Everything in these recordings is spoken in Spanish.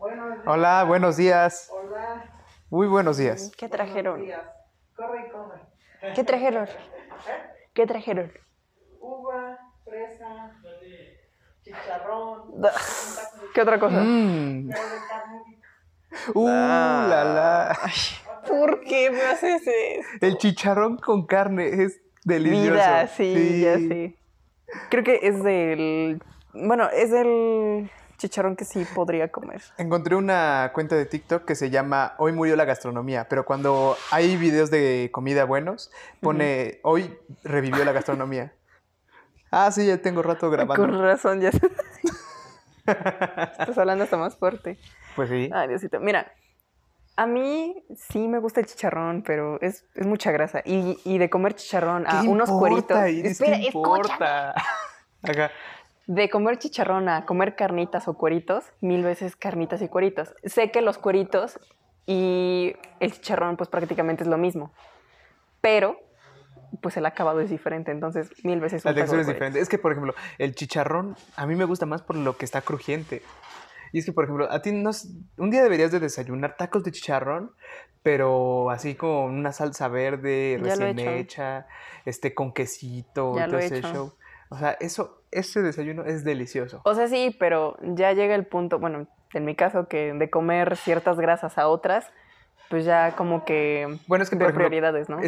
Hola, buenos días. Hola. Muy buenos días. ¿Qué trajeron? Buenos días. Corre y come. ¿Qué trajeron? ¿Qué trajeron? Uva, fresa, chicharrón, ¿Qué otra cosa? pero de carnita. La la. ¿Por qué me haces eso? El chicharrón con carne es delicioso. Vida, sí, ya sé. Creo que es del... Bueno, es del chicharrón que sí podría comer. Encontré una cuenta de TikTok que se llama Hoy murió la gastronomía, pero cuando hay videos de comida buenos, pone Hoy revivió la gastronomía. Ah, sí, ya tengo rato grabando. Con razón, ya sé. Estás hablando hasta más fuerte. Pues sí. Ay, Diosito. Mira, a mí sí me gusta el chicharrón, pero es mucha grasa. Y de comer chicharrón a ¿Qué unos importa, cueritos... Iris? Espera, ¿Qué importa? Ajá. De comer chicharrón a comer carnitas o cueritos, 1000 veces carnitas y cueritos. Sé que los cueritos y el chicharrón pues prácticamente es lo mismo, pero pues el acabado es diferente, entonces 1000 veces La un taco textura de es cueritos. diferente. Es que, por ejemplo, el chicharrón a mí me gusta más por lo que está crujiente. Y es que, por ejemplo, a ti un día deberías de desayunar tacos de chicharrón, pero así con una salsa verde Ya lo he recién hecho. hecha, con quesito Ya y lo todo he ese hecho. show. O sea, ese desayuno es delicioso. O sea, sí, pero ya llega el punto, bueno, en mi caso, que de comer ciertas grasas a otras, pues ya como que Bueno, es que, por veo ejemplo, prioridades, ¿no?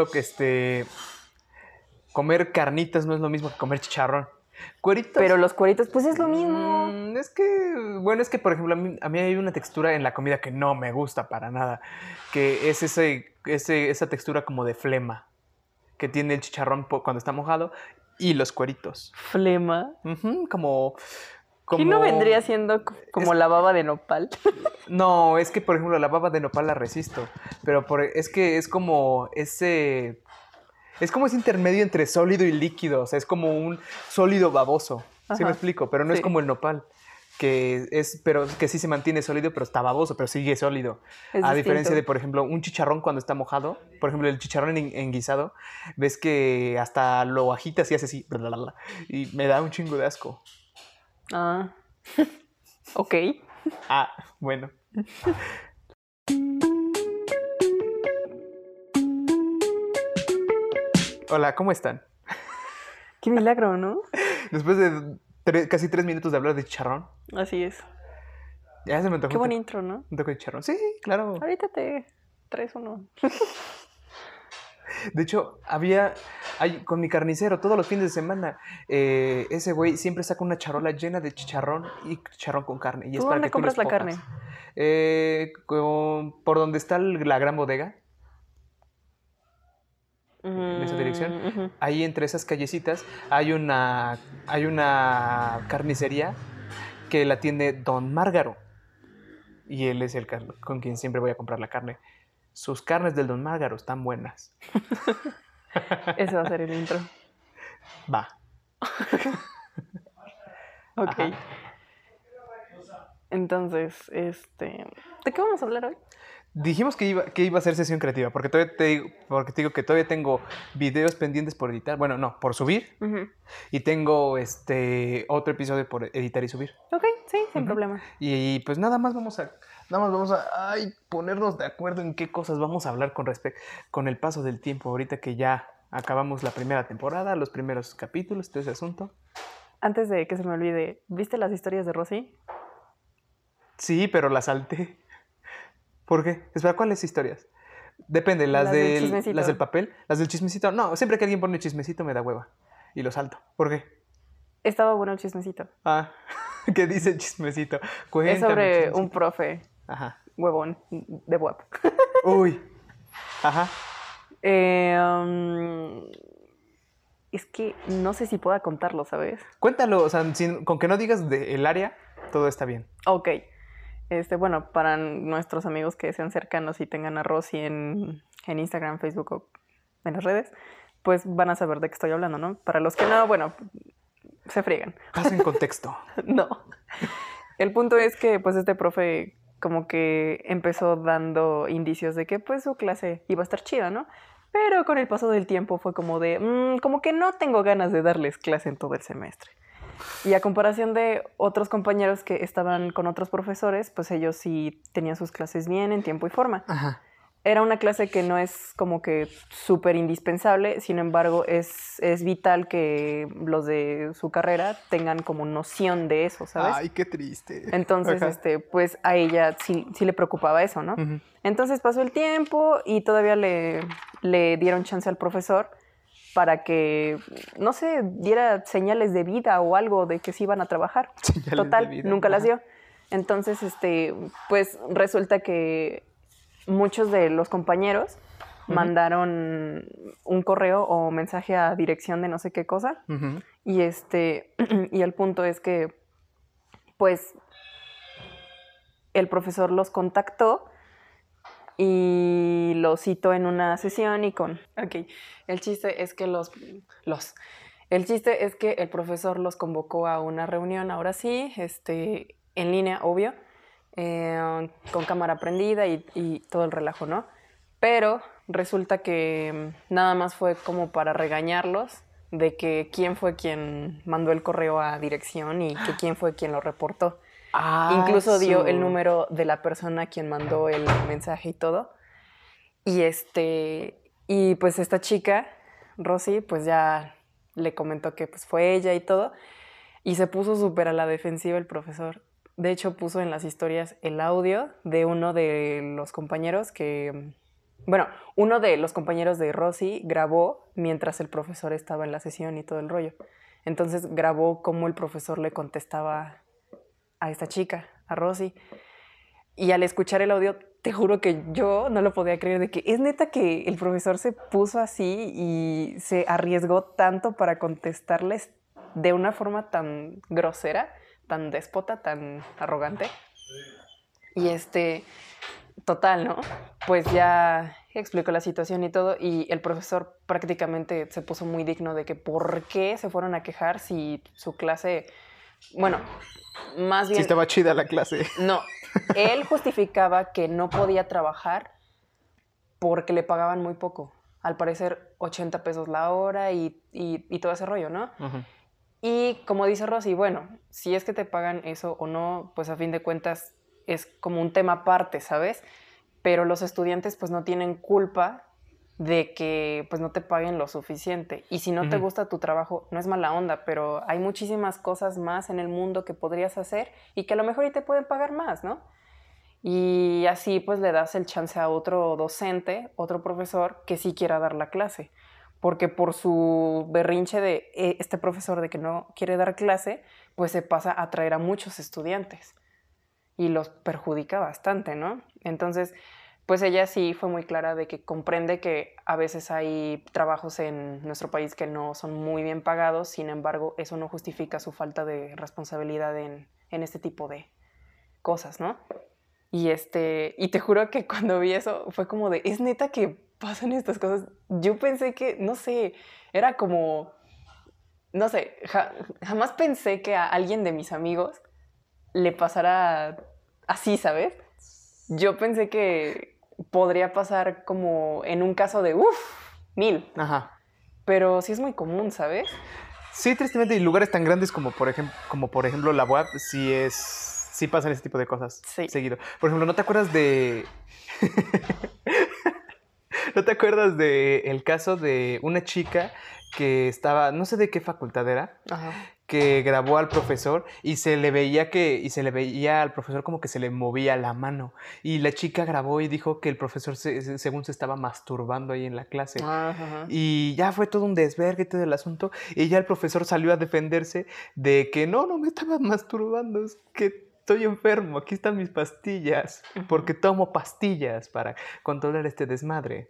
comer carnitas no es lo mismo que comer chicharrón. Cueritos. Pero los cueritos, pues es lo mismo. Es que, por ejemplo, a mí hay una textura en la comida que no me gusta para nada, que es esa textura como de flema que tiene el chicharrón cuando está mojado y los cueritos. Flema. Ujú, como... ¿Qué no vendría siendo como la baba de nopal? No, es que, por ejemplo, la baba de nopal la resisto, pero es que es como ese... Es como ese intermedio entre sólido y líquido, o sea, es como un sólido baboso, ¿sí me Ajá, explico? Pero no es sí. como el nopal, pero que sí se mantiene sólido, pero está baboso, pero sigue sólido. Es A distinto. diferencia de, por ejemplo, un chicharrón cuando está mojado, por ejemplo, el chicharrón en guisado, ves que hasta lo agitas y hace así, y me da un chingo de asco. Ah, ok. Ah, bueno. Hola, ¿cómo están? Qué milagro, ¿no? Después de casi 3 minutos de hablar de chicharrón, Así es. ya se me antojó Qué buen intro, ¿no? un taco de chicharrón. Sí, claro. Ahorita te traes uno. De hecho, con mi carnicero todos los fines de semana, ese güey siempre saca una charola llena de chicharrón y chicharrón con carne. Y ¿Tú es para dónde que tú compras lo la escojas. carne? Por donde está la gran bodega, en esa dirección, Ujú. ahí entre esas callecitas hay una carnicería que la tiene Don Márgaro. Y él es con quien siempre voy a comprar la carne. Sus carnes del Don Márgaro están buenas. Ese va a ser el intro. Va. Ok. Ajá. Entonces, ¿de qué vamos a hablar hoy? Dijimos que iba a ser sesión creativa, porque te digo que todavía tengo videos pendientes por editar. Bueno, no, por subir. Ujú. Y tengo otro episodio por editar y subir. Ok, sí, sin problema. Y pues nada más vamos a ponernos de acuerdo en qué cosas vamos a hablar con el paso del tiempo. Ahorita que ya acabamos la primera temporada, los primeros capítulos, todo ese asunto. Antes de que se me olvide, ¿viste las historias de Rosy? Sí, pero la salté. ¿Por qué? Espera, ¿cuáles historias? Depende, Las del chismecito. las del papel, las del chismecito. No, siempre que alguien pone chismecito me da hueva. Y lo salto. ¿Por qué? Estaba bueno el chismecito. Ah, ¿qué dice el chismecito? Cuéntame, Es sobre chismecito. un profe Ajá. huevón de web. Uy. Ajá. Es que no sé si pueda contarlo, ¿sabes? Cuéntalo, o sea, con que no digas el área, todo está bien. Ok. Bueno, para nuestros amigos que sean cercanos y tengan a Rosy en Instagram, Facebook o en las redes, pues van a saber de qué estoy hablando, ¿no? Para los que no, bueno, se friegan. Pasa en contexto. No. El punto es que pues este profe como que empezó dando indicios de que pues su clase iba a estar chida, ¿no? Pero con el paso del tiempo fue como de, como que no tengo ganas de darles clase en todo el semestre. Y a comparación de otros compañeros que estaban con otros profesores, pues ellos sí tenían sus clases bien, en tiempo y forma. Ajá. Era una clase que no es como que súper indispensable, sin embargo, es vital que los de su carrera tengan como noción de eso, ¿sabes? Ay, qué triste. Entonces, Ajá. pues a ella sí le preocupaba eso, ¿no? Ujú. Entonces pasó el tiempo y todavía le dieron chance al profesor para que, no sé, diera señales de vida o algo de que sí iban a trabajar. Señales de Total, vida. nunca las Ajá. dio. Entonces, pues resulta que muchos de los compañeros Ujú. mandaron un correo o mensaje a dirección de no sé qué cosa. Ujú. Y y el punto es que, pues, el profesor los contactó y los citó en una sesión y con... Ok, el chiste es que el chiste es que el profesor los convocó a una reunión, ahora sí, en línea, obvio, con cámara prendida y todo el relajo, ¿no? Pero resulta que nada más fue como para regañarlos de que quién fue quien mandó el correo a dirección y que quién fue quien lo reportó. Incluso dio el número de la persona a quien mandó el mensaje y todo. Y y pues esta chica, Rosy, pues ya le comentó que pues fue ella y todo. Y se puso súper a la defensiva el profesor. De hecho, puso en las historias el audio de uno de los compañeros bueno, uno de los compañeros de Rosy grabó mientras el profesor estaba en la sesión y todo el rollo. Entonces grabó cómo el profesor le contestaba a esta chica, a Rosy. Y al escuchar el audio, te juro que yo no lo podía creer de que es neta que el profesor se puso así y se arriesgó tanto para contestarles de una forma tan grosera, tan déspota, tan arrogante. Y total, ¿no? Pues ya explicó la situación y todo y el profesor prácticamente se puso muy digno de que por qué se fueron a quejar si su clase, bueno, más bien... Sí estaba chida la clase. No, él justificaba que no podía trabajar porque le pagaban muy poco. Al parecer 80 pesos la hora y todo ese rollo, ¿no? Ujú. Y como dice Rosy, bueno, si es que te pagan eso o no, pues a fin de cuentas es como un tema aparte, ¿sabes? Pero los estudiantes pues no tienen culpa de que pues no te paguen lo suficiente. Y si no te Ujú. gusta tu trabajo, no es mala onda, pero hay muchísimas cosas más en el mundo que podrías hacer y que a lo mejor y te pueden pagar más, ¿no? Y así pues le das el chance a otro docente, otro profesor que sí quiera dar la clase. Porque por su berrinche de este profesor de que no quiere dar clase, pues se pasa a traer a muchos estudiantes y los perjudica bastante, ¿no? Entonces, pues ella sí fue muy clara de que comprende que a veces hay trabajos en nuestro país que no son muy bien pagados, sin embargo, eso no justifica su falta de responsabilidad en este tipo de cosas, ¿no? Y te juro que cuando vi eso fue como de, es neta que pasan estas cosas. Yo pensé que, no sé, era como, no sé, jamás pensé que a alguien de mis amigos le pasara así, ¿sabes? Yo pensé que podría pasar como en un caso de, uff, 1000. Ajá. Pero sí es muy común, ¿sabes? Sí, tristemente, en lugares tan grandes como por ejemplo la UAP, sí pasan ese tipo de cosas Sí. seguido. Por ejemplo, ¿no te acuerdas de ¿no te acuerdas de el caso de una chica que estaba, no sé de qué facultad era, Ajá. que grabó al profesor y se le veía al profesor como que se le movía la mano y la chica grabó y dijo que el profesor según se estaba masturbando ahí en la clase? Ajá. Y ya fue todo un desvergue todo el asunto y ya el profesor salió a defenderse de que no me estaba masturbando, es que estoy enfermo, aquí están mis pastillas, porque tomo pastillas para controlar este desmadre.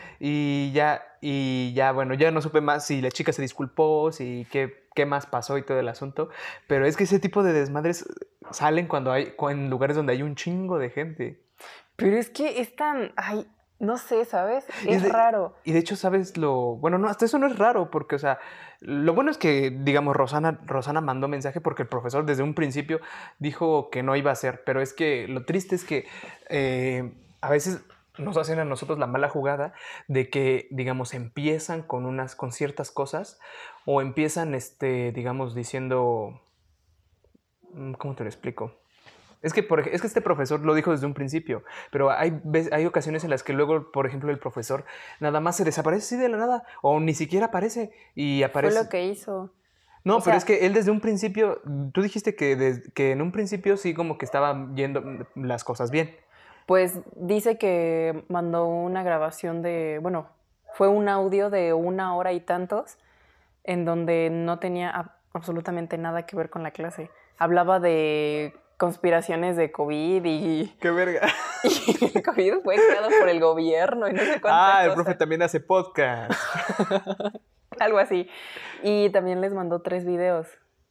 Bueno, ya no supe más si la chica se disculpó, si qué más pasó y todo el asunto. Pero es que ese tipo de desmadres salen en lugares donde hay un chingo de gente. Pero es que es tan, ay, no sé, ¿sabes? Y Es raro. y de hecho, ¿sabes lo...? Bueno, no, hasta eso no es raro, porque, o sea, lo bueno es que, digamos, Rosana mandó mensaje porque el profesor desde un principio dijo que no iba a hacer, pero es que lo triste es que a veces nos hacen a nosotros la mala jugada de que, digamos, empiezan con ciertas cosas o empiezan, digamos, diciendo, ¿cómo te lo explico? Es que este profesor lo dijo desde un principio, pero hay ocasiones en las que luego, por ejemplo, el profesor nada más se desaparece así de la nada o ni siquiera aparece y Fue aparece. lo que hizo. No, O pero sea, es que él desde un principio, tú dijiste que en un principio sí como que estaban yendo las cosas bien. pues dice que mandó una grabación bueno, fue un audio de 1 hora y tantos en donde no tenía absolutamente nada que ver con la clase. Hablaba de conspiraciones de COVID y, ¡Qué verga! y el COVID fue creado por el gobierno y no sé cuántas El cosas. profe también hace podcast. Algo así. Y también les mandó 3 videos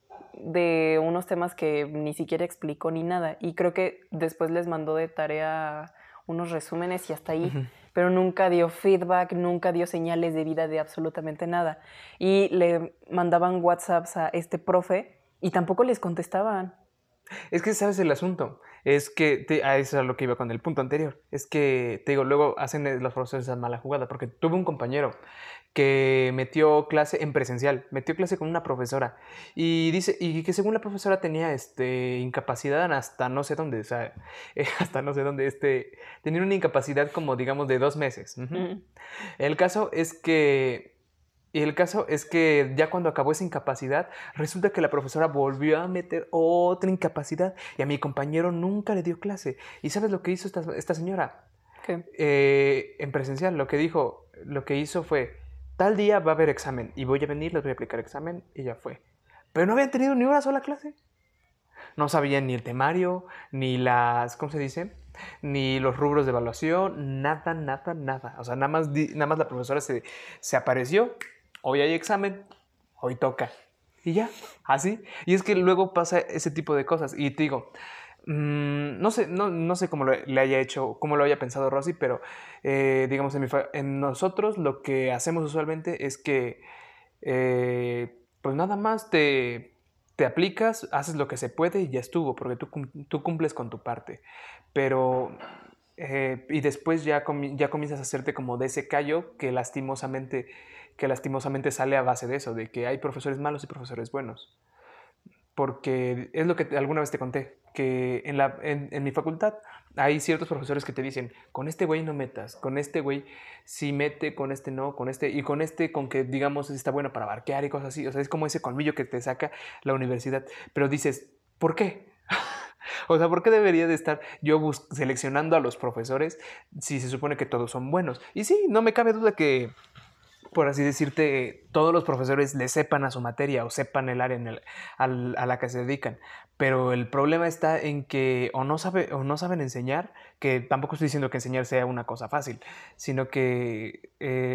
de unos temas que ni siquiera explicó ni nada. Y creo que después les mandó de tarea unos resúmenes y hasta ahí. Ujú. Pero nunca dio feedback, nunca dio señales de vida de absolutamente nada. Y le mandaban WhatsApps a este profe y tampoco les contestaban. Es que sabes el asunto. Es que, eso es a lo que iba con el punto anterior. Es que, te digo, luego hacen los profesores esa mala jugada. Porque tuve un compañero que metió clase en presencial, metió clase con una profesora. Y dice, y que según la profesora tenía incapacidad hasta no sé dónde, o sea, hasta no sé dónde, tenía una incapacidad como digamos de 2 meses. Ujú. Mm. El caso es que. Y el caso es que ya cuando acabó esa incapacidad, resulta que la profesora volvió a meter otra incapacidad y a mi compañero nunca le dio clase. ¿Y sabes lo que hizo esta señora? ¿Qué? En presencial, lo que hizo fue, tal día va a haber examen y voy a venir, les voy a aplicar examen y ya fue. Pero no habían tenido ni una sola clase. No sabían ni el temario, ni ¿cómo se dice? Ni los rubros de evaluación, nada, nada, nada. O sea, nada más la profesora se apareció, hoy hay examen, hoy toca. Y ya, así. Y es que luego pasa ese tipo de cosas. Y te digo, no sé cómo le haya hecho, cómo lo haya pensado Rosy, pero digamos, en nosotros lo que hacemos usualmente es que pues nada más te aplicas, haces lo que se puede y ya estuvo, porque tú cumples con tu parte. Pero, y después ya comienzas a hacerte como de ese callo que lastimosamente sale a base de eso, de que hay profesores malos y profesores buenos. Porque es lo que alguna vez te conté, que en mi facultad hay ciertos profesores que te dicen, con este güey no metas, con este güey sí mete, con este no, y con este con que digamos está bueno para barquear y cosas así. O sea, es como ese colmillo que te saca la universidad. Pero dices, ¿por qué? O sea, ¿por qué debería de estar yo seleccionando a los profesores si se supone que todos son buenos? Y sí, no me cabe duda que, por así decirte, todos los profesores le sepan a su materia o sepan el área a la que se dedican. Pero el problema está en que o no saben enseñar, que tampoco estoy diciendo que enseñar sea una cosa fácil, sino que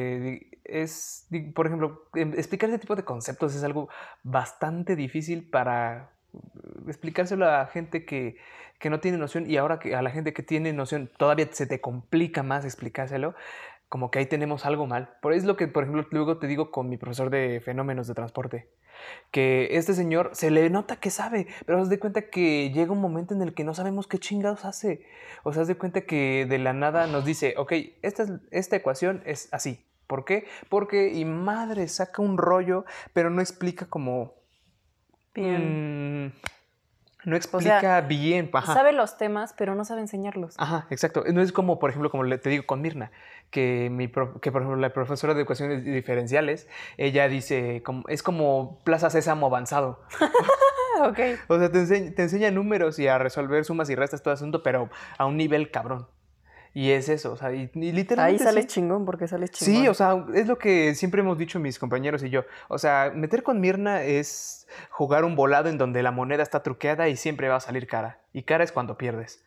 por ejemplo, explicar ese tipo de conceptos es algo bastante difícil para explicárselo a gente que no tiene noción, y ahora que a la gente que tiene noción todavía se te complica más explicárselo. Como que ahí tenemos algo mal. Por eso es lo que, por ejemplo, luego te digo con mi profesor de fenómenos de transporte, que este señor se le nota que sabe, pero haz de cuenta que llega un momento en el que no sabemos qué chingados hace. O sea, haz de cuenta que de la nada nos dice, ok, esta ecuación es así. ¿Por qué? Porque, y madre, saca un rollo, pero no explica como... Bien. No explica bien. Ajá. Sabe los temas, pero no sabe enseñarlos. Ajá, exacto. No es como, por ejemplo, como te digo con Mirna, que por ejemplo, la profesora de ecuaciones diferenciales, ella dice, es como Plaza Sésamo avanzado. Ok. O sea, te enseña números y a resolver sumas y restas, todo asunto, pero a un nivel cabrón. Y es eso, o sea, y literalmente Ahí sales sí. chingón porque sales chingón. Sí, o sea, es lo que siempre hemos dicho mis compañeros y yo. O sea, meter con Mirna es jugar un volado en donde la moneda está truqueada y siempre va a salir cara. Y cara es cuando pierdes.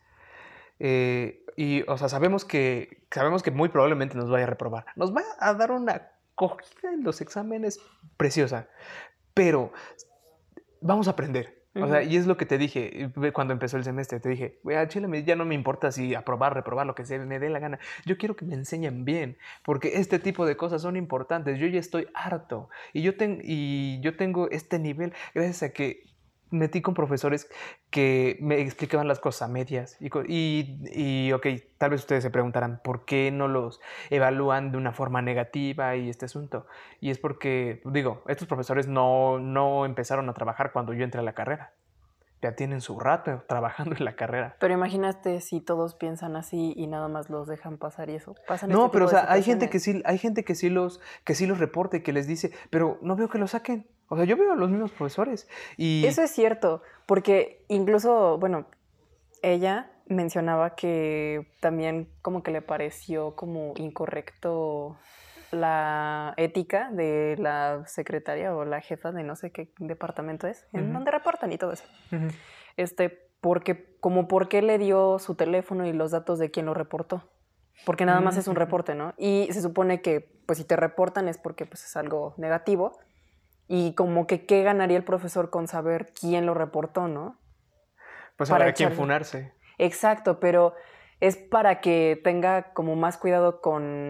O sea, sabemos que muy probablemente nos vaya a reprobar. Nos va a dar una cogida en los exámenes preciosa. Pero vamos a aprender. O sea, y es lo que te dije cuando empezó el semestre. Te dije, a Chile ya no me importa si aprobar, reprobar, lo que se me dé la gana. Yo quiero que me enseñen bien, porque este tipo de cosas son importantes. Yo ya estoy harto. Y yo tengo este nivel gracias a que metí con profesores que me explicaban las cosas a medias. Ok, tal vez ustedes se preguntarán, ¿por qué no los evalúan de una forma negativa y este asunto? Y es porque, digo, estos profesores no empezaron a trabajar cuando yo entré a la carrera. Ya tienen su rato trabajando en la carrera. Pero imagínate si todos piensan así y nada más los dejan pasar y eso. Pasan No, este pero o tipo de sea, hay gente que situaciones. sí los reporte, que les dice, pero no veo que lo saquen. O sea, yo veo a los mismos profesores y Eso es cierto, porque incluso, bueno, ella mencionaba que también como que le pareció como incorrecto la ética de la secretaria o la jefa de no sé qué departamento es, en Ujú. donde reportan y todo eso. Ujú. Porque como por qué le dio su teléfono y los datos de quién lo reportó. Porque nada más es un Ujú. reporte, ¿no? Y se supone que pues si te reportan es porque pues es algo negativo y como que qué ganaría el profesor con saber quién lo reportó, ¿no? Pues Para habrá quien echarle. funarse. Exacto, pero es para que tenga como más cuidado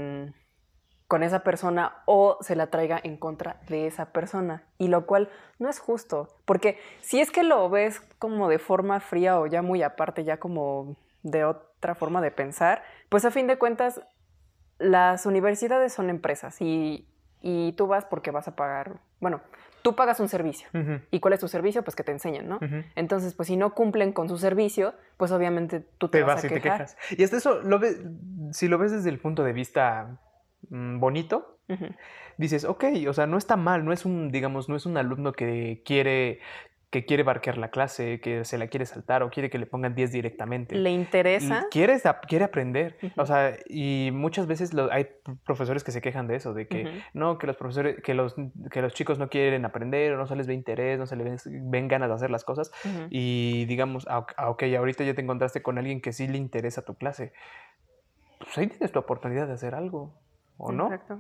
con esa persona o se la traiga en contra de esa persona. Y lo cual no es justo, porque si es que lo ves como de forma fría o ya muy aparte, ya como de otra forma de pensar, pues a fin de cuentas las universidades son empresas y tú vas porque vas a pagar, bueno, tú pagas un servicio. Ujú. ¿Y cuál es tu servicio? Pues que te enseñan, ¿no? Ujú. Entonces, pues si no cumplen con su servicio, pues obviamente tú te Te vas vas a y te quejar. quejas. Y hasta eso, si lo ves desde el punto de vista bonito, Ujú. dices, ok, o sea, no está mal, no es un, digamos, no es un alumno que quiere barquear la clase, que se la quiere saltar o quiere que le pongan 10 directamente. Le interesa. Quiere aprender. Ujú. O sea, y muchas veces hay profesores que se quejan de eso, de que Ujú. no, que los profesores, que los chicos no quieren aprender o no se les ve interés, no se les ven ganas de hacer las cosas. Ujú. Y digamos, ok, ahorita ya te encontraste con alguien que sí le interesa tu clase. Pues ahí tienes tu oportunidad de hacer algo, ¿o no? Exacto.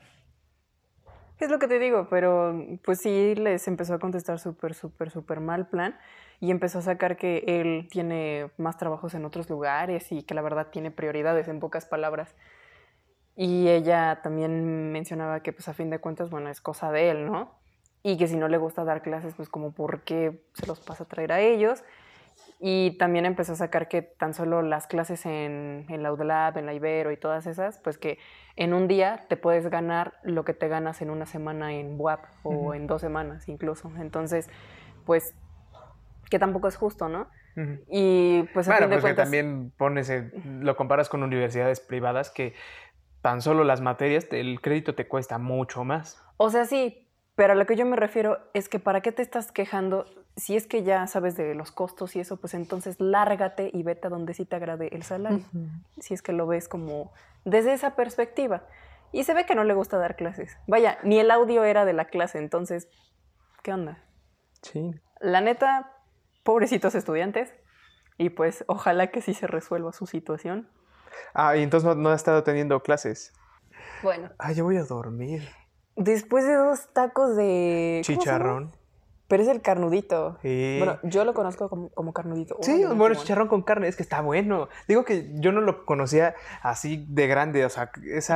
Es lo que te digo, pero pues sí les empezó a contestar súper mal plan y empezó a sacar que él tiene más trabajos en otros lugares y que la verdad tiene prioridades en pocas palabras. Y ella también mencionaba que pues a fin de cuentas, bueno, es cosa de él, ¿no? Y que si no le gusta dar clases, pues como por qué se los pasa a traer a ellos. Y también empezó a sacar que tan solo las clases en la UDLAB, en la Ibero y todas esas, pues que en un día te puedes ganar lo que te ganas en una semana en BUAP o Ujú. en 2 semanas incluso. Entonces, pues que tampoco es justo, ¿no? Ujú. Y pues a Bueno, fin de pues que cuentas, también lo comparas con universidades privadas que tan solo las materias, el crédito te cuesta mucho más. o sea, sí, pero a lo que yo me refiero es que para qué te estás quejando si es que ya sabes de los costos y eso, pues entonces lárgate y vete a donde sí te agrade el salario. Si es que lo ves como desde esa perspectiva. Y se ve que no le gusta dar clases. Vaya, ni el audio era de la clase, entonces, ¿qué onda? Sí. La neta, pobrecitos estudiantes, y pues ojalá que sí se resuelva su situación. Ah, y entonces no ha estado teniendo clases. Bueno, Ah, yo voy a dormir. después de 2 tacos de... ¿cómo se llama? Chicharrón. Pero es el carnudito. Sí. Bueno, yo lo conozco como carnudito. Sí, Órale, bueno, qué chicharrón con carne, es que está bueno. Digo que yo no lo conocía así de grande, o sea,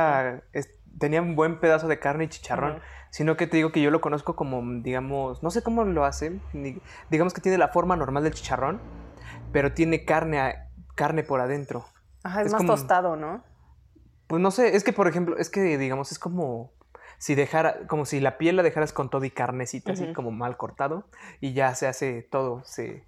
tenía un buen pedazo de carne y chicharrón, Ujú. sino que te digo que yo lo conozco como, digamos, no sé cómo lo hacen, digamos que tiene la forma normal del chicharrón, pero tiene carne por adentro. Ajá, es Es más como, tostado, ¿no? pues no sé, es que por ejemplo, es que digamos, es como como si la piel la dejaras con todo y carnecita, así Ujú. como mal cortado, y ya se hace todo,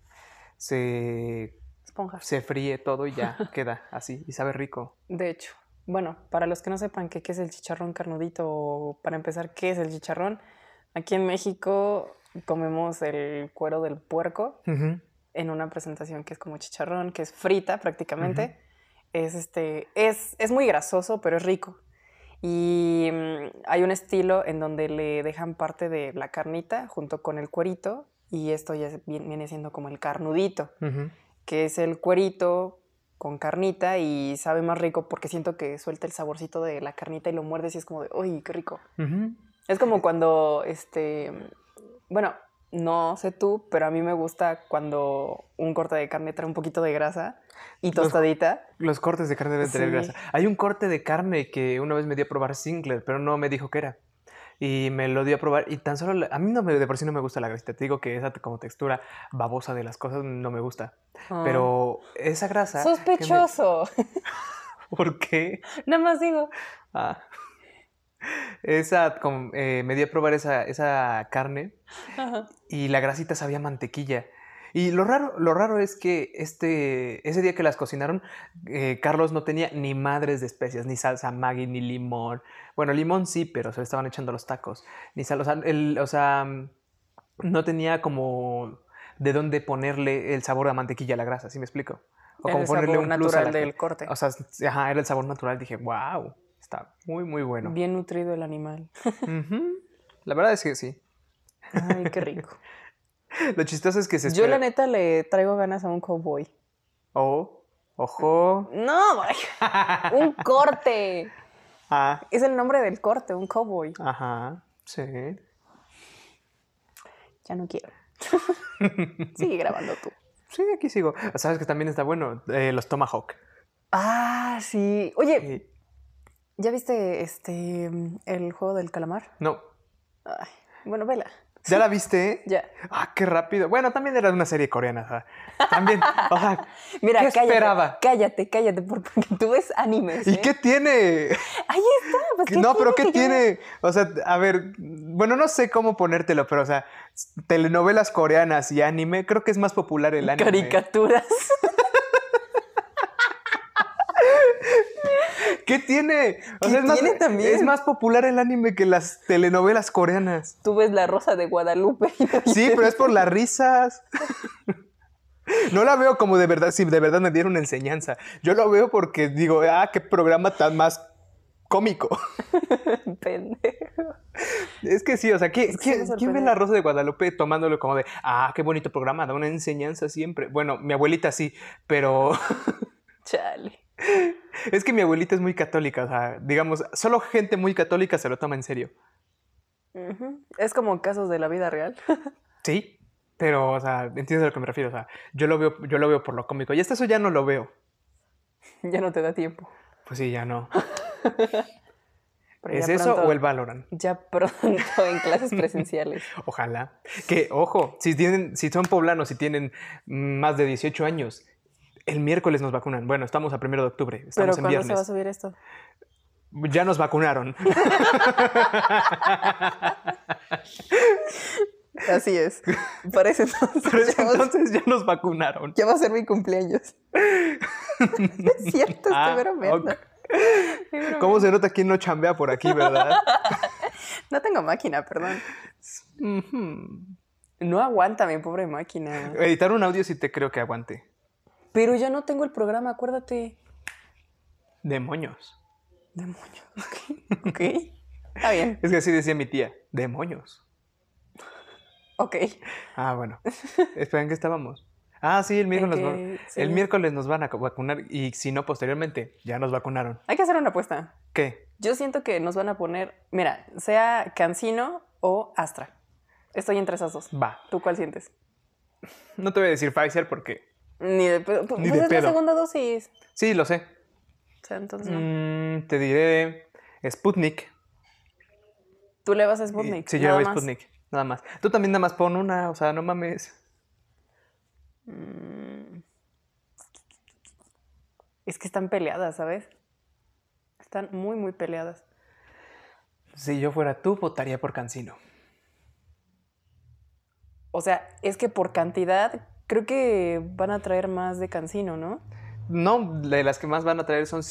se Esponjas. se fríe todo y ya queda así y sabe rico. De hecho, bueno, para los que no sepan qué es el chicharrón carnudito o para empezar, ¿qué es el chicharrón? Aquí en México comemos el cuero del puerco Ujú. en una presentación que es como chicharrón, que es frita prácticamente. Ujú. Es muy grasoso, pero es rico. Y hay un estilo en donde le dejan parte de la carnita junto con el cuerito y esto ya viene siendo como el carnudito, Ujú. que es el cuerito con carnita y sabe más rico porque siento que suelta el saborcito de la carnita y lo muerdes y es como de, uy, qué rico. Ujú. Es como cuando, bueno, no sé tú, pero a mí me gusta cuando un corte de carne trae un poquito de grasa y Los, tostadita. los cortes de carne deben tener Sí. grasa. Hay un corte de carne que una vez me dio a probar Sinclair, pero no me dijo qué era. y me lo dio a probar y tan solo, a mí de por sí no me gusta la grasita. Te digo que esa como textura babosa de las cosas no me gusta. Ah. Pero esa grasa... que Sospechoso. ¿Por qué? Nada más digo. Ah. Me dio a probar esa carne Ajá. y la grasita sabía a mantequilla. Y lo raro es que ese día que las cocinaron, Carlos no tenía ni madres de especias, ni salsa Maggi, ni limón. Bueno, limón sí, pero se le estaban echando los tacos. Ni sal, o sea, no tenía como de dónde ponerle el sabor a mantequilla a la grasa, ¿sí me explico? O Era como el ponerle sabor un plus a natural del corte. O sea, ajá, era el sabor natural. Dije, wow, está muy, muy bueno. Bien nutrido el animal. Ujú. La verdad es que sí. Ay, qué rico. Lo chistoso es que se Yo espera... la neta le traigo ganas a un cowboy. Oh, ojo. No, güey. Un corte. Ah, Es el nombre del corte, un cowboy. ajá, sí. Ya no quiero. Sigue grabando tú. Sí, aquí sigo. ¿Sabes que también está bueno? Los Tomahawk. Ah, sí. Oye, Sí. ¿ya viste el juego del calamar? No. Ay, bueno, vela. ¿Ya la viste? Ya. Ah, qué rápido. Bueno, también era una serie coreana. O sea, también, o sea, Mira, ¿qué esperaba? Cállate, porque tú ves animes. ¿Y ¿eh? qué tiene? Ahí está. Pues, ¿qué No, pero tiene ¿qué que ver? tiene? O sea, a ver, bueno, no sé cómo ponértelo, pero o sea, telenovelas coreanas y anime, creo que es más popular el anime. Caricaturas. ¿Qué tiene? O ¿Qué sea, tiene también? es más popular el anime que las telenovelas coreanas. Tú ves La Rosa de Guadalupe. y no Sí, dices- pero es por las risas. No la veo como de verdad, si de verdad me dieron enseñanza. Yo lo veo porque digo, qué programa tan más cómico. Pendejo. Es que sí, o sea, Es que me ¿quién ve sorprende. La Rosa de Guadalupe tomándolo como de, qué bonito programa, da una enseñanza siempre? Bueno, mi abuelita sí, pero Chale. es que mi abuelita es muy católica, o sea, digamos, solo gente muy católica se lo toma en serio. Ujú. Es como casos de la vida real. Sí, pero, o sea, entiendes a lo que me refiero, o sea, yo lo veo por lo cómico. Y hasta eso ya no lo veo. Ya no te da tiempo. Pues sí, ya no. Pero ¿Es ya eso pronto- o el Valorant? Ya pronto en clases presenciales. Ojalá. Que, ojo, si son poblanos y tienen más de 18 años, el miércoles nos vacunan. Bueno, estamos a 1 de octubre, Pero estamos en ¿cuándo se va a viernes. subir esto? Ya nos vacunaron. Así es. Parece entonces. Pero es que entonces ya nos vacunaron. Ya va a ser mi cumpleaños. Es cierto, estoy bromeando. Ok. ¿Cómo se nota quién no chambea por aquí, verdad? No tengo máquina, perdón. Ujú. No aguanta mi pobre máquina. Editar un audio sí te creo que aguante. Pero ya no tengo el programa, acuérdate. Demonios. Demonios. Ok. Ok. Está bien. Es que así decía mi tía. Demonios. Ok. Bueno. Espera, ¿en qué estábamos? Sí, el miércoles, sí. el miércoles nos van a vacunar y si no, posteriormente ya nos vacunaron. Hay que hacer una apuesta. ¿Qué? Yo siento que nos van a poner, mira, sea Cancino o Astra. Estoy entre esas dos. Va. ¿Tú cuál sientes? No te voy a decir Pfizer porque... Ni de pedo. Pues Ni de es pedo. la segunda dosis. Sí, lo sé. O sea, entonces no. Te diré Sputnik. Tú le vas a Sputnik. Sí, yo nada voy más. Sputnik. Nada más. Tú también nada más pon una, o sea, no mames. Es que están peleadas, ¿sabes? Están muy, muy peleadas. Si yo fuera tú, votaría por Cancino. O sea, es que por cantidad creo que van a traer más de Cancino, ¿no? No, de las que más van a traer son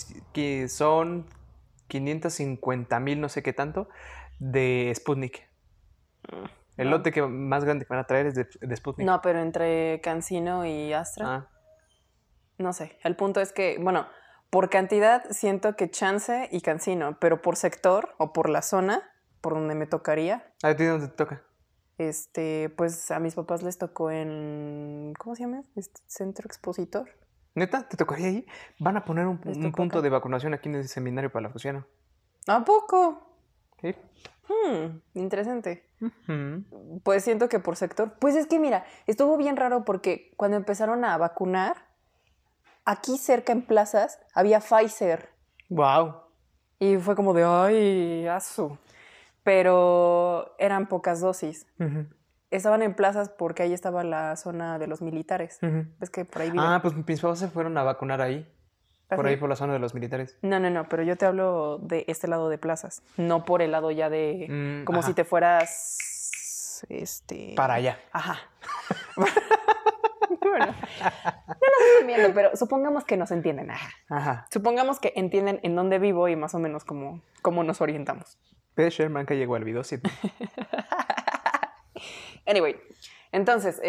550,000, no sé qué tanto, de Sputnik. El No. lote más grande que van a traer es de Sputnik. No, pero entre Cancino y Astra, no sé. El punto es que, bueno, por cantidad siento que Chance y Cancino, pero por sector o por la zona, por donde me tocaría, ¿A ti dónde te toca? pues a mis papás les tocó en, ¿cómo se llama? Centro Expositor. ¿Neta? ¿Te tocaría ahí? Van a poner Les un tocó punto acá. de vacunación aquí en el seminario para la fusión. ¿A poco? ¿Sí? Interesante. Ujú. Pues siento que por sector. Pues es que mira, estuvo bien raro porque cuando empezaron a vacunar, aquí cerca en plazas había Pfizer. Wow. Y fue como de, ay, asu. pero eran pocas dosis. Ujú, Estaban en plazas porque ahí estaba la zona de los militares. ujú. ¿Ves que por ahí viven? Ah, pues mis papás se fueron a vacunar ahí. Por ¿Ah, ahí, sí? por la zona de los militares. No, pero yo te hablo de este lado de plazas, no por el lado ya de... como Ajá. si te fueras... Para allá. Ajá. Bueno, no nos están viendo, pero supongamos que nos entienden. Ajá. Ajá. Supongamos que entienden en dónde vivo y más o menos cómo nos orientamos. P. Sherman que llegó al video 7. Anyway, entonces,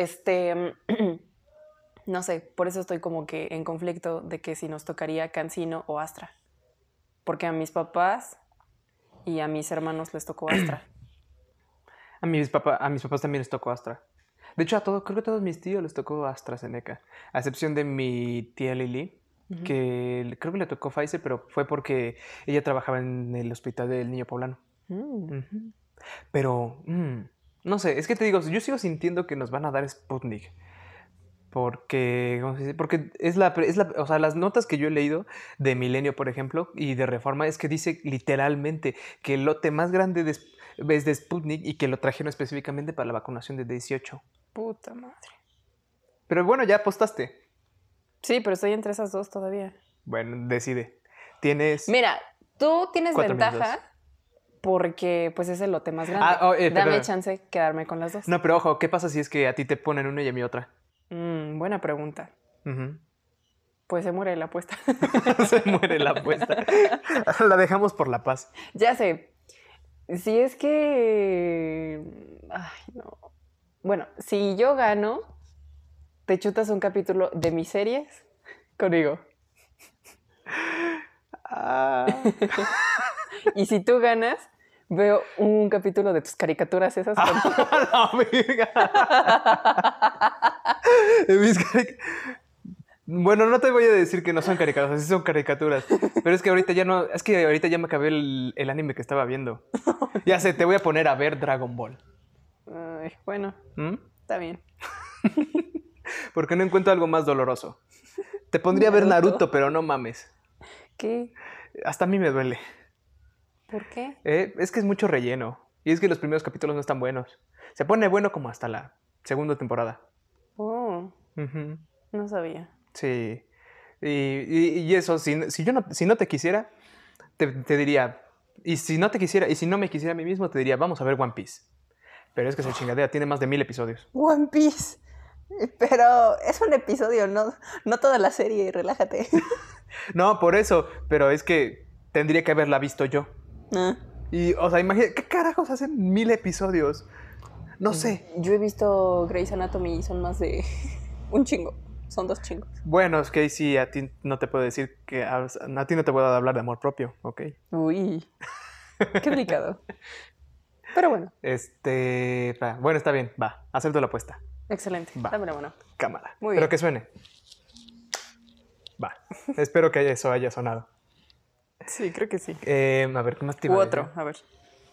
no sé, por eso estoy como que en conflicto de que si nos tocaría Cancino o Astra. Porque a mis papás y a mis hermanos les tocó Astra. A mis papás también les tocó Astra. De hecho, creo que a todos mis tíos les tocó AstraZeneca. A excepción de mi tía Lili, Ujú. que creo que le tocó Pfizer, pero fue porque ella trabajaba en el hospital del Niño Poblano. Mm. Ujú. Pero, no sé, es que te digo, yo sigo sintiendo que nos van a dar Sputnik. Porque, ¿cómo se dice? Porque o sea, las notas que yo he leído de Milenio, por ejemplo, y de Reforma, es que dice literalmente que el lote más grande es de Sputnik y que lo trajeron específicamente para la vacunación de 18. Puta madre. Pero bueno, ya apostaste. Sí, pero estoy entre esas dos todavía. Bueno, decide. Tienes... Mira, tú tienes 4 ventaja minutos. porque pues es el lote más grande. Dame Dame chance quedarme con las dos. No, pero ojo, ¿qué pasa si es que a ti te ponen una y a mí otra? Buena pregunta. Ujú. Pues se muere la apuesta. Se muere la apuesta. La dejamos por la paz. Ya sé. Si es que... Ay, no. Bueno, si yo gano, te chutas un capítulo de mis series conmigo. Ah. Y si tú ganas, veo un capítulo de tus caricaturas esas contigo. La verga. Bueno, no te voy a decir que no son caricaturas, sí son caricaturas. Pero es que ahorita ya no. Es que ahorita ya me acabé el anime que estaba viendo. Ya sé, te voy a poner a ver Dragon Ball. Ay, bueno, ¿Mm? está bien. Porque no encuentro algo más doloroso. Te pondría a ver Naruto, pero no mames. ¿Qué? Hasta a mí me duele. ¿Por qué? Es que es mucho relleno. Y es que los primeros capítulos no están buenos. Se pone bueno como hasta la segunda temporada. Oh, Ujú. no sabía. Sí. Y eso, si no te quisiera, te diría. Y si no te quisiera, y si no me quisiera a mí mismo, te diría, vamos a ver One Piece. Pero es que esa chingadera tiene más de 1000 episodios. One Piece. Pero es un episodio, no toda la serie, relájate. No, por eso. Pero es que tendría que haberla visto yo. Ah. Y, o sea, imagínate, ¿qué carajos hacen 1000 episodios? No sé. Yo he visto Grey's Anatomy y son más de un chingo. Son 2 chingos. Bueno, es que ahí sí a ti no te puedo decir que a ti no te puedo hablar de amor propio, ¿ok? Uy, qué delicado. Pero bueno, Bueno, está bien, va, acepto la apuesta. excelente. Va. Dame la mano. Cámara. Muy Pero bien. que suene. Va, espero que eso haya sonado. Sí, creo que sí. A ver, ¿qué más te iba U a otro, decir? a ver.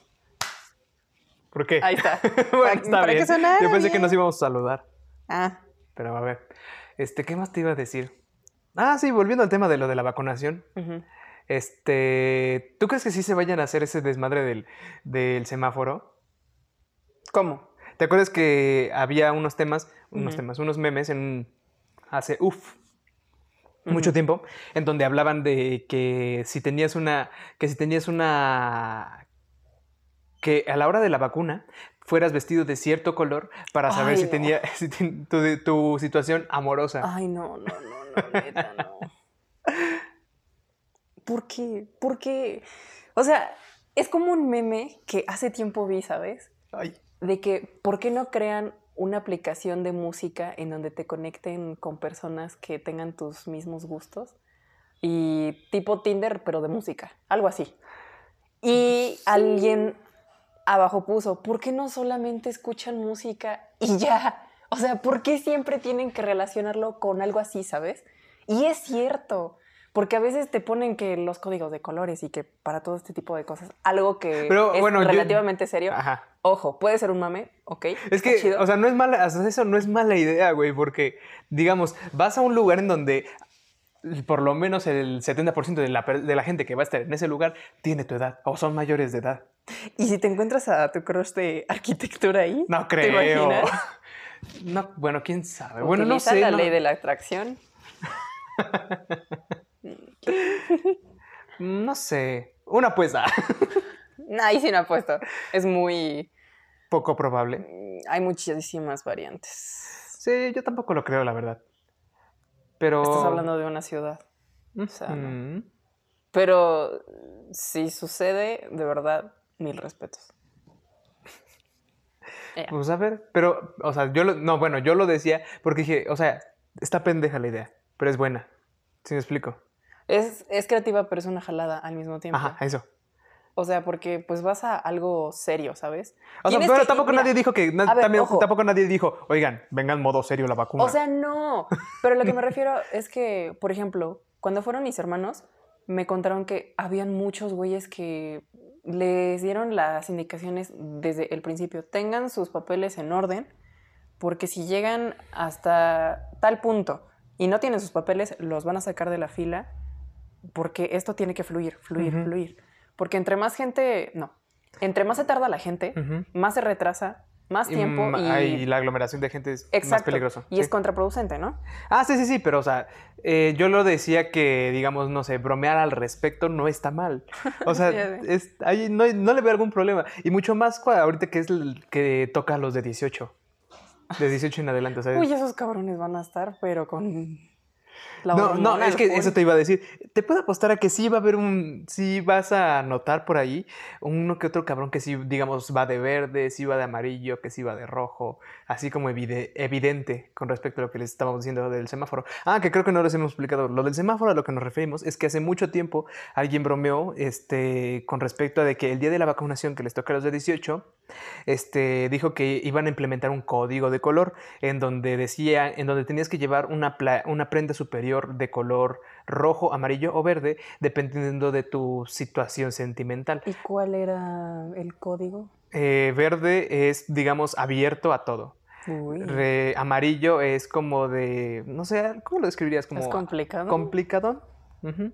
¿Por qué? Ahí está. Bueno, está para bien. que sonara Yo pensé que bien. nos íbamos a saludar. Ah, Pero a ver, ¿qué más te iba a decir? Ah, sí, volviendo al tema de lo de la vacunación. ujú. ¿Tú crees que sí se vayan a hacer ese desmadre del semáforo? ¿Cómo? ¿Te acuerdas que había unos Ujú. memes hace mucho tiempo, en donde hablaban de que si tenías que a la hora de la vacuna fueras vestido de cierto color para saber Ay, si no. tenía tu situación amorosa? Ay, no, neta, no. ¿Por qué? ¿Por qué? O sea, es como un meme que hace tiempo vi, ¿sabes? Ay. De que, ¿por qué no crean una aplicación de música en donde te conecten con personas que tengan tus mismos gustos? Y tipo Tinder, pero de música, algo así. Y alguien abajo puso, ¿por qué no solamente escuchan música y ya? O sea, ¿por qué siempre tienen que relacionarlo con algo así, ¿sabes? Y es cierto, porque a veces te ponen que los códigos de colores y que para todo este tipo de cosas, algo que Pero, es bueno, relativamente serio. Ajá. Ojo, puede ser un mame, ok. Es está que, chido. o sea, no es mala, o sea, eso no es mala idea, güey, porque, digamos, vas a un lugar en donde por lo menos el 70% de la gente que va a estar en ese lugar tiene tu edad o son mayores de edad. ¿Y si te encuentras a tu crush de arquitectura ahí? No ¿Te creo. imaginas? No, bueno, quién sabe. Bueno, no Utiliza sé. la no- ley de la atracción. No sé. Una apuesta. Ahí sí no apuesto. Es muy... Poco probable. Hay muchísimas variantes. Sí, yo tampoco lo creo, la verdad. Pero. Estás hablando de una ciudad. O sea, no. Mm. Pero si sucede, de verdad, mil respetos. Pues a ver, pero, o sea, no, bueno, yo lo decía porque dije, o sea, está pendeja la idea, pero es buena. ¿Sí me explico? Es creativa, pero es una jalada al mismo tiempo. Ajá, eso. O sea, porque pues vas a algo serio, ¿sabes? O sea, Tienes pero que- tampoco mira, nadie dijo que, a ver, también, ojo. tampoco nadie dijo, oigan, venga en modo serio la vacuna. O sea, no. Pero lo que me refiero es que, por ejemplo, cuando fueron mis hermanos, me contaron que habían muchos güeyes que les dieron las indicaciones desde el principio. Tengan sus papeles en orden, porque si llegan hasta tal punto y no tienen sus papeles, los van a sacar de la fila, porque esto tiene que fluir, Ujú. fluir. Porque entre más gente, no, entre más se tarda la gente, Ujú. más se retrasa, más tiempo y... ahí la aglomeración de gente es más Exacto. peligroso. Y Sí. es contraproducente, ¿no? Ah, sí, pero, o sea, yo lo decía que, digamos, no sé, bromear al respecto no está mal. O sea, Ya sé. ahí no le veo algún problema. Y mucho más ahorita que es el que toca a los de 18. De 18 en adelante, ¿sabes? Uy, esos cabrones van a estar, pero con la No, hormona es al que full. eso te iba a decir. Te puedo apostar a que sí va a haber sí vas a notar por ahí uno que otro cabrón que sí, digamos, va de verde, sí va de amarillo, que sí va de rojo, así como evidente con respecto a lo que les estábamos diciendo del semáforo. Ah, que creo que no les hemos explicado. Lo del semáforo a lo que nos referimos es que hace mucho tiempo alguien bromeó con respecto a de que el día de la vacunación que les toca a los de 18, dijo que iban a implementar un código de color en donde tenías que llevar una prenda superior de color rojo, amarillo o verde, dependiendo de tu situación sentimental. ¿Y cuál era el código? Verde es, digamos, abierto a todo. Uy, Amarillo es como de, no sé, ¿cómo lo describirías? Como ¿es complicado? complicadón. Ujú.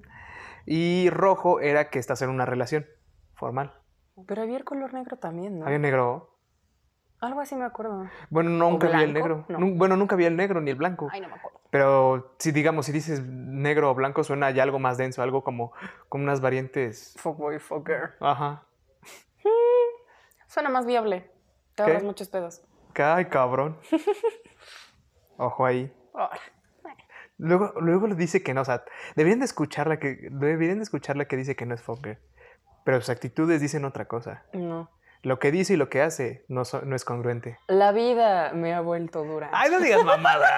Y rojo era que estás en una relación formal. Pero había el color negro también, ¿no? Había negro. Algo así me acuerdo. Bueno, nunca vi el blanco? negro. No. Bueno, nunca vi el negro ni el blanco. Ay, no me acuerdo. Pero si digamos, si dices negro o blanco, suena ya algo más denso, algo como con unas variantes. Fuckboy, fucker. Ajá. Suena más viable. Te ¿Qué? ahorras muchos pedos. Ay, cabrón. Ojo ahí. Ahora. Luego le dice que no, o sea, deberían de escucharla que dice que no es fucker. Pero sus actitudes dicen otra cosa. No. Lo que dice y lo que hace no es congruente. La vida me ha vuelto dura. ¡Ay, no digas mamadas!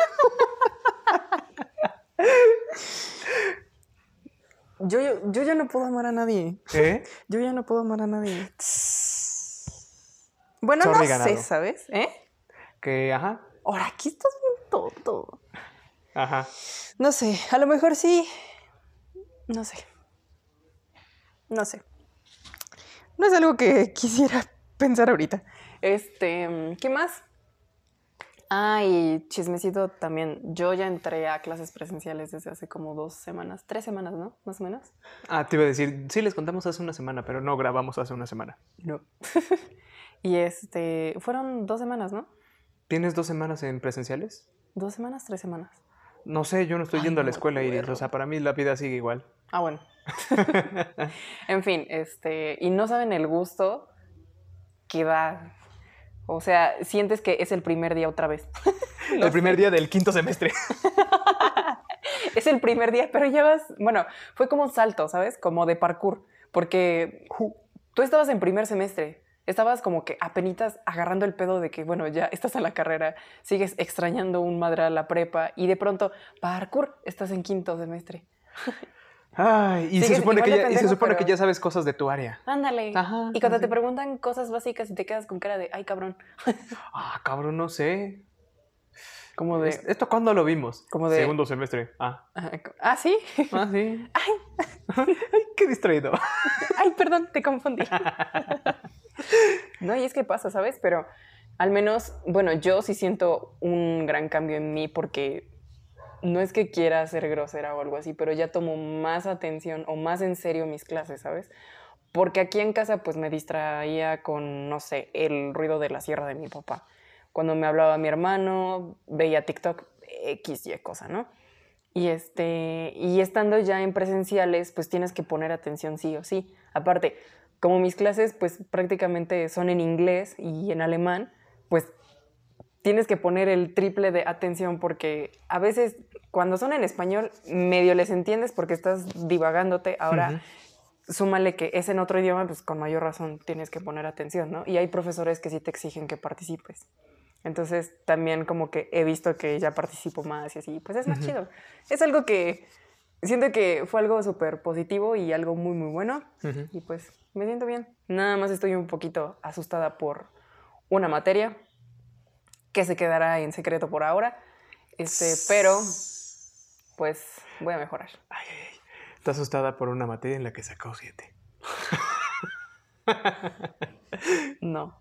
Yo ya no puedo amar a nadie. ¿Eh? Yo ya no puedo amar a nadie. Bueno, Sorry, no sé, ganado. ¿sabes? Que, ajá, Ahora, aquí estás bien tonto. ajá. No sé, a lo mejor sí. No sé. No sé. No es algo que quisiera pensar ahorita. ¿Qué más? Ah, y chismecito también. Yo ya entré a clases presenciales desde hace como 2 semanas, 3 semanas, ¿no? Más o menos. Ah, te iba a decir, sí, les contamos hace una semana, pero no grabamos hace una semana. No. Y fueron 2 semanas, ¿no? ¿Tienes 2 semanas en presenciales? 2 semanas, 3 semanas. No sé, yo no estoy Ay, yendo a no la me escuela, Iris. acuerdo. O sea, para mí la vida sigue igual. Ah, bueno. En fin, y no saben el gusto que da. O sea, sientes que es el primer día otra vez. El primer día del 5º semestre. Es el primer día, pero ya vas. Bueno, fue como un salto, ¿sabes? Como de parkour. Porque tú estabas en primer semestre. Estabas como que apenitas agarrando el pedo de que, bueno, ya estás en la carrera, sigues extrañando un madre a la prepa y de pronto, parkour, estás en 5º semestre. Ay, y Sí, se que supone, igual de y se pendejo, supone pero- que ya sabes cosas de tu área. Ándale. Ajá, Y cuando sí. te preguntan cosas básicas y te quedas con cara de, ay, cabrón. Ah, cabrón, no sé. Como de... ¿Esto cuándo lo vimos? Como de- 2º semestre. Ah, Ah, ¿sí? ah sí. Ay, qué distraído. Ay, perdón, te confundí. No, y es que pasa, ¿sabes? Pero al menos, bueno, yo sí siento un gran cambio en mí porque no es que quiera ser grosera o algo así, pero ya tomo más atención o más en serio mis clases, ¿sabes? Porque aquí en casa pues me distraía con, no sé, el ruido de la sierra de mi papá. Cuando me hablaba mi hermano, veía TikTok, X, Y cosa, ¿no? Y estando ya en presenciales, pues tienes que poner atención sí o sí. Aparte, como mis clases pues prácticamente son en inglés y en alemán, pues tienes que poner el triple de atención porque a veces cuando son en español medio les entiendes porque estás divagándote. Ahora súmale que es en otro idioma, pues con mayor razón tienes que poner atención, ¿no? Y hay profesores que sí te exigen que participes. Entonces también como que he visto que ya participo más y así, pues es más chido. Es algo que siento que fue algo súper positivo y algo muy, muy bueno. Y pues me siento bien. Nada más estoy un poquito asustada por una materia que se quedará en secreto por ahora. Pero pues voy a mejorar. Ay, está asustada por una materia en la que sacó 7. No.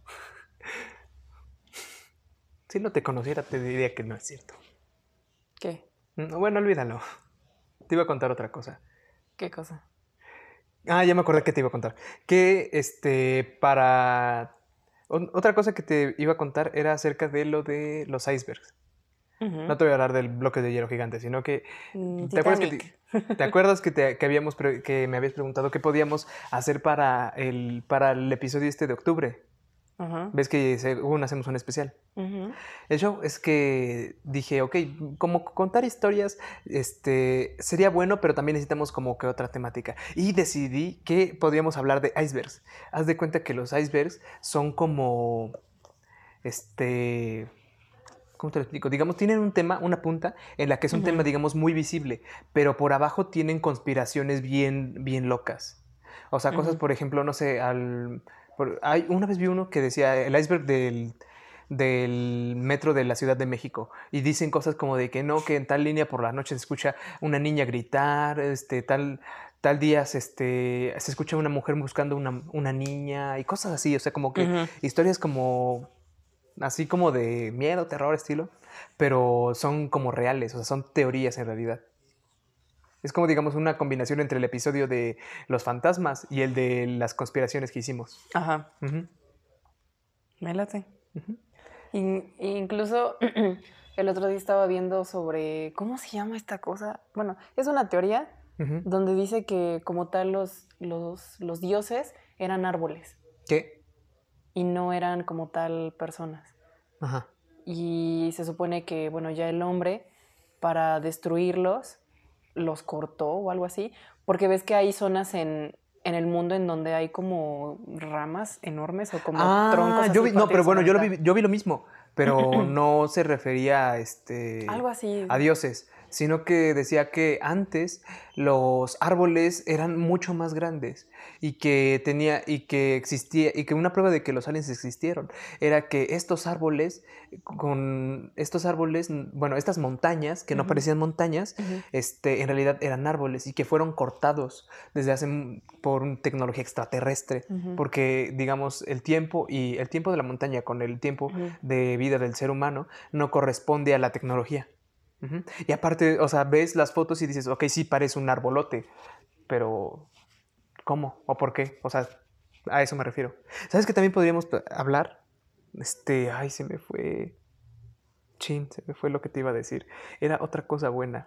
Si no te conociera, te diría que no es cierto. ¿Qué? Bueno, olvídalo. Te iba a contar otra cosa. ¿Qué cosa? Ah, ya me acordé que te iba a contar. Que otra cosa que te iba a contar era acerca de lo de los icebergs. No te voy a hablar del bloque de hielo gigante, sino que... ¿Te acuerdas que me habías preguntado qué podíamos hacer para el episodio de octubre? ¿Ves que según hacemos un especial? El show es que dije, ok, como contar historias sería bueno, pero también necesitamos como que otra temática. Y decidí que podríamos hablar de icebergs. Haz de cuenta que los icebergs son como... ¿Cómo te lo explico? Digamos, tienen un tema, una punta en la que es un tema, digamos, muy visible, pero por abajo tienen conspiraciones bien, bien locas. O sea, cosas, por ejemplo, no sé, una vez vi uno que decía el iceberg del metro de la Ciudad de México y dicen cosas como de que no, que en tal línea por la noche se escucha una niña gritar, tal día se escucha una mujer buscando una niña y cosas así, o sea, como que historias como... así como de miedo, terror, estilo, pero son como reales, o sea, son teorías en realidad. Es como, digamos, una combinación entre el episodio de los fantasmas y el de las conspiraciones que hicimos. Ajá. Me late. Incluso el otro día estaba viendo sobre, ¿cómo se llama esta cosa? Bueno, es una teoría donde dice que como tal los dioses eran árboles. ¿Qué? Y no eran como tal personas. Ajá. Y se supone que, bueno, ya el hombre, para destruirlos, los cortó o algo así, porque ves que hay zonas en el mundo en donde hay como ramas enormes o como troncos así. No, pero bueno, yo vi lo mismo, pero no se refería a algo así. a dioses, sino que decía que antes los árboles eran mucho más grandes y que existía, y que una prueba de que los aliens existieron era que estos árboles, bueno, estas montañas que no parecían montañas, en realidad eran árboles y que fueron cortados por una tecnología extraterrestre, porque digamos el tiempo de la montaña con el tiempo de vida del ser humano no corresponde a la tecnología. Y aparte, o sea, ves las fotos y dices, ok, sí parece un arbolote, pero ¿cómo? ¿O por qué? O sea, a eso me refiero. ¿Sabes que también podríamos hablar? Ay, se me fue lo que te iba a decir. Era otra cosa buena.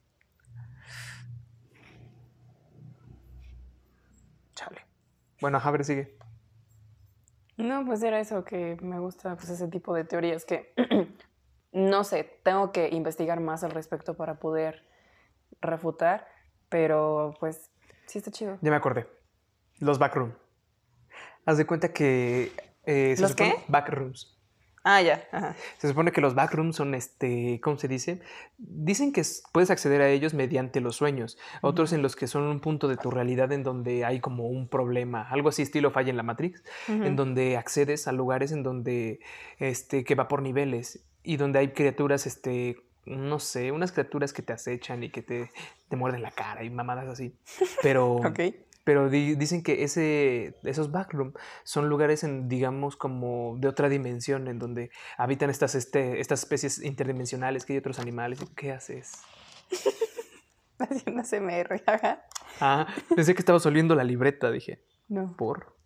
Chale. Bueno, a ver, sigue. No, pues era eso, que me gusta pues ese tipo de teorías que... No sé, tengo que investigar más al respecto para poder refutar, pero pues sí está chido. Ya me acordé. Los backrooms. Haz de cuenta que... ¿Los qué? Backrooms. Ah, ya. Ajá. Se supone que los backrooms son, ¿cómo se dice? Dicen que puedes acceder a ellos mediante los sueños. Otros en los que son un punto de tu realidad en donde hay como un problema, algo así estilo Falla en la Matrix, en donde accedes a lugares en donde, que va por niveles y donde hay criaturas, no sé, unas criaturas que te acechan y que te muerden la cara y mamadas así. Pero... Ok. Pero dicen que esos backrooms son lugares, digamos, como de otra dimensión, en donde habitan estas especies interdimensionales, que hay otros animales. ¿Qué haces? Haciendo CMR. Ah, pensé que estabas oliendo la libreta, dije. No. ¿Por?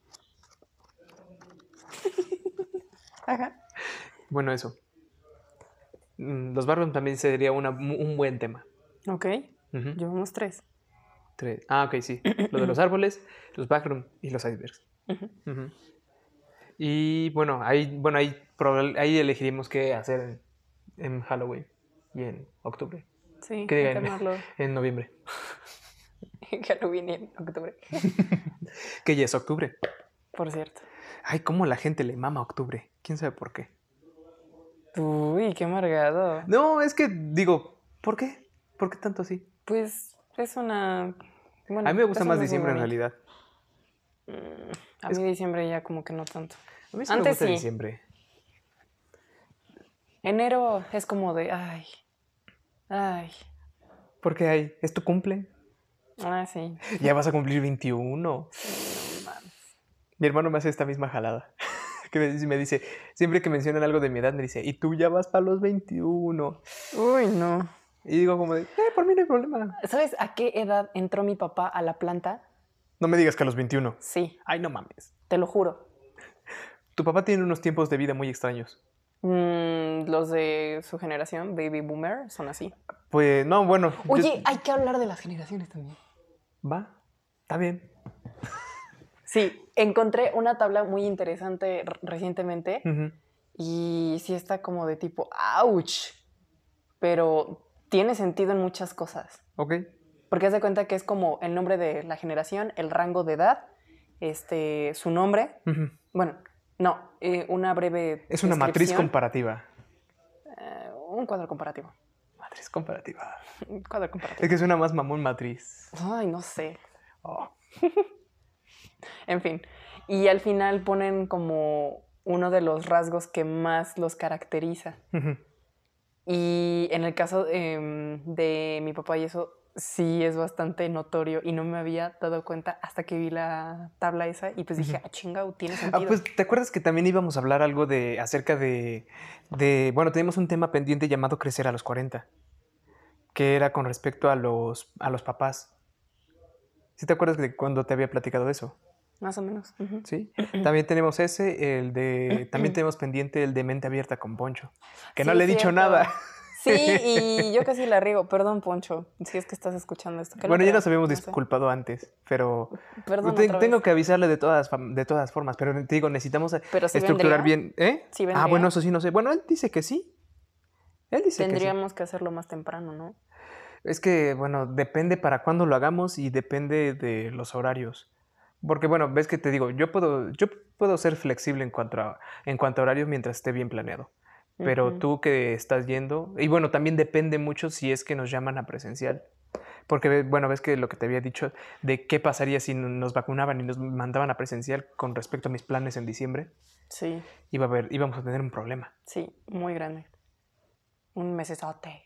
Ajá. Bueno, eso. Los backrooms también sería un buen tema. Ok. Ujú. Llevamos 3. Ok, sí. Lo de los árboles, los backrooms y los icebergs. Ujú. Ujú. Y bueno, ahí elegiríamos qué hacer en Halloween y en octubre. Sí, Que hay diga que armarlo. en noviembre. Halloween en octubre. Que ya es octubre. Por cierto. Ay, cómo la gente le mama octubre. ¿Quién sabe por qué? Uy, qué amargado. No, es que digo, ¿por qué? ¿Por qué tanto así? Pues es una... Bueno, A mí me gusta eso más no es muy diciembre en bonito. realidad. A Es- mí diciembre ya como que no tanto. A mí sí me Antes gusta sí. diciembre. Enero es como de... Ay. Porque es tu cumple. Sí. Ya vas a cumplir 21. Mi hermano me hace esta misma jalada. Que me dice, siempre que mencionan algo de mi edad, me dice, y tú ya vas para los 21. Uy, no. Y digo como de, por mí no hay problema. ¿Sabes a qué edad entró mi papá a la planta? No me digas que a los 21. Sí, Ay, no mames. te lo juro. Tu papá tiene unos tiempos de vida muy extraños. Los de su generación, Baby Boomer, son así. Pues, no, bueno. Oye, hay que hablar de las generaciones también. Va, está bien. Sí, encontré una tabla muy interesante recientemente Ujú. y sí está como de tipo, ¡ouch! Pero tiene sentido en muchas cosas. Ok. Porque haz de cuenta que es como el nombre de la generación, el rango de edad, su nombre. Ujú. Bueno, no, una breve Es una matriz descripción. comparativa. Un cuadro comparativo. Matriz comparativa. Un cuadro comparativo. Es que suena más mamón matriz. Ay, no sé. Oh. En fin. Y al final ponen como uno de los rasgos que más los caracteriza. Ujú. Y en el caso de mi papá y eso, sí es bastante notorio y no me había dado cuenta hasta que vi la tabla esa y pues dije, chingao, tiene sentido. Pues, ¿te acuerdas que también íbamos a hablar algo acerca de, bueno, teníamos un tema pendiente llamado Crecer a los 40, que era con respecto a los papás. ¿Sí te acuerdas de cuando te había platicado de eso? Más o menos. Ujú. Sí. También tenemos también tenemos pendiente el de Mente Abierta con Poncho, que no Sí, le he dicho cierto. nada. Sí, y yo casi la riego. Perdón, Poncho, si es que estás escuchando esto. Bueno, ya nos habíamos no sé. disculpado antes, pero Perdón, otra tengo vez. que avisarle de todas formas, pero te digo, necesitamos Pero sí estructurar vendría. bien. ¿Eh? Sí vendría. Bueno, eso sí, no sé. Bueno, él dice que sí. Él dice que sí. Tendríamos que hacerlo más temprano, ¿no? Es que, bueno, depende para cuándo lo hagamos y depende de los horarios. Porque, bueno, ves que te digo, yo puedo ser flexible en cuanto a horarios mientras esté bien planeado. Pero Ujú. tú que estás yendo, y bueno, también depende mucho si es que nos llaman a presencial. Porque, bueno, ves que lo que te había dicho de qué pasaría si nos vacunaban y nos mandaban a presencial con respecto a mis planes en diciembre, Sí, íbamos a tener un problema. sí, muy grande. Un mesesote.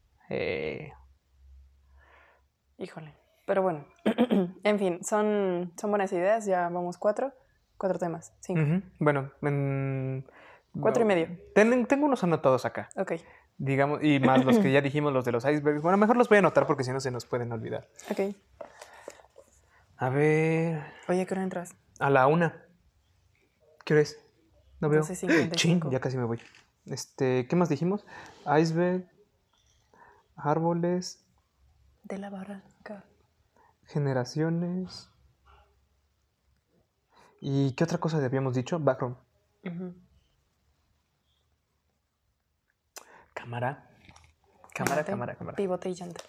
Híjole. Pero bueno, en fin, son buenas ideas. Ya vamos 4 temas, 5. Ujú. Bueno, 4 y medio. Tengo unos anotados acá. Ok, Digamos, y más los que ya dijimos, los de los icebergs. Bueno, mejor los voy a anotar porque si no se nos pueden olvidar. ok. A ver. Oye, ¿qué hora entras? A la 1. ¿Qué hora es? No veo. 12:55. Chin, ya casi me voy. ¿Qué más dijimos? Iceberg, árboles, De la barranca. generaciones. ¿Y qué otra cosa habíamos dicho? Backroom. Ujú. Cámara. Pivote y llanta.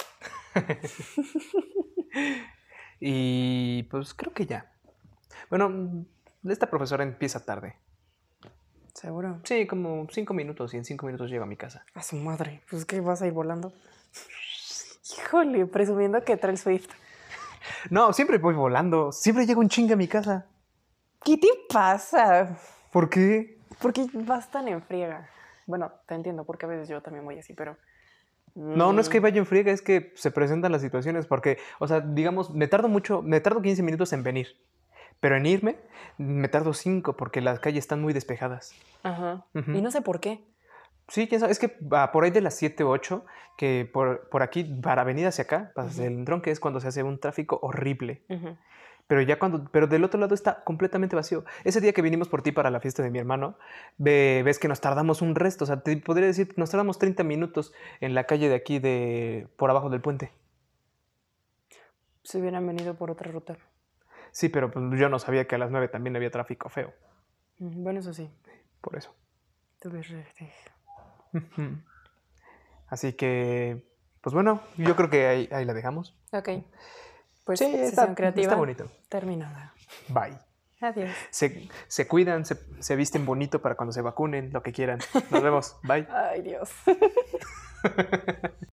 Y pues creo que ya. Bueno, esta profesora empieza tarde. ¿Seguro? Sí, como 5 minutos y en 5 minutos llego a mi casa. A su madre. Pues que vas a ir volando. Híjole, presumiendo que trae el Swift. No, siempre voy volando. Siempre llego un chinga a mi casa. ¿Qué te pasa? ¿Por qué? Porque vas tan en friega. Bueno, te entiendo, porque a veces yo también voy así, pero... No es que vaya en friega, es que se presentan las situaciones porque, o sea, digamos, me tardo 15 minutos en venir, pero en irme me tardo 5 porque las calles están muy despejadas. Ajá. Ujú. Y no sé por qué. Sí, quién sabe. Es que por ahí de las 7 o 8, que por aquí, para venir hacia acá, hacia el Tronque, es cuando se hace un tráfico horrible. Ujú. Pero del otro lado está completamente vacío. Ese día que vinimos por ti para la fiesta de mi hermano, ves que nos tardamos un resto. O sea, te podría decir, nos tardamos 30 minutos en la calle de aquí, por abajo del puente. Si hubieran venido por otra ruta. Sí, pero pues, yo no sabía que a las 9 también había tráfico feo. Bueno, eso sí. Por eso. Tú ves rete. Ujú. Así que, pues bueno, yo creo que ahí la dejamos. Ok. Pues Sí, sesión creativa está bonito. terminada. Bye. Adiós. Se cuidan, se visten bonito para cuando se vacunen, lo que quieran. Nos vemos. Bye. Ay, Dios.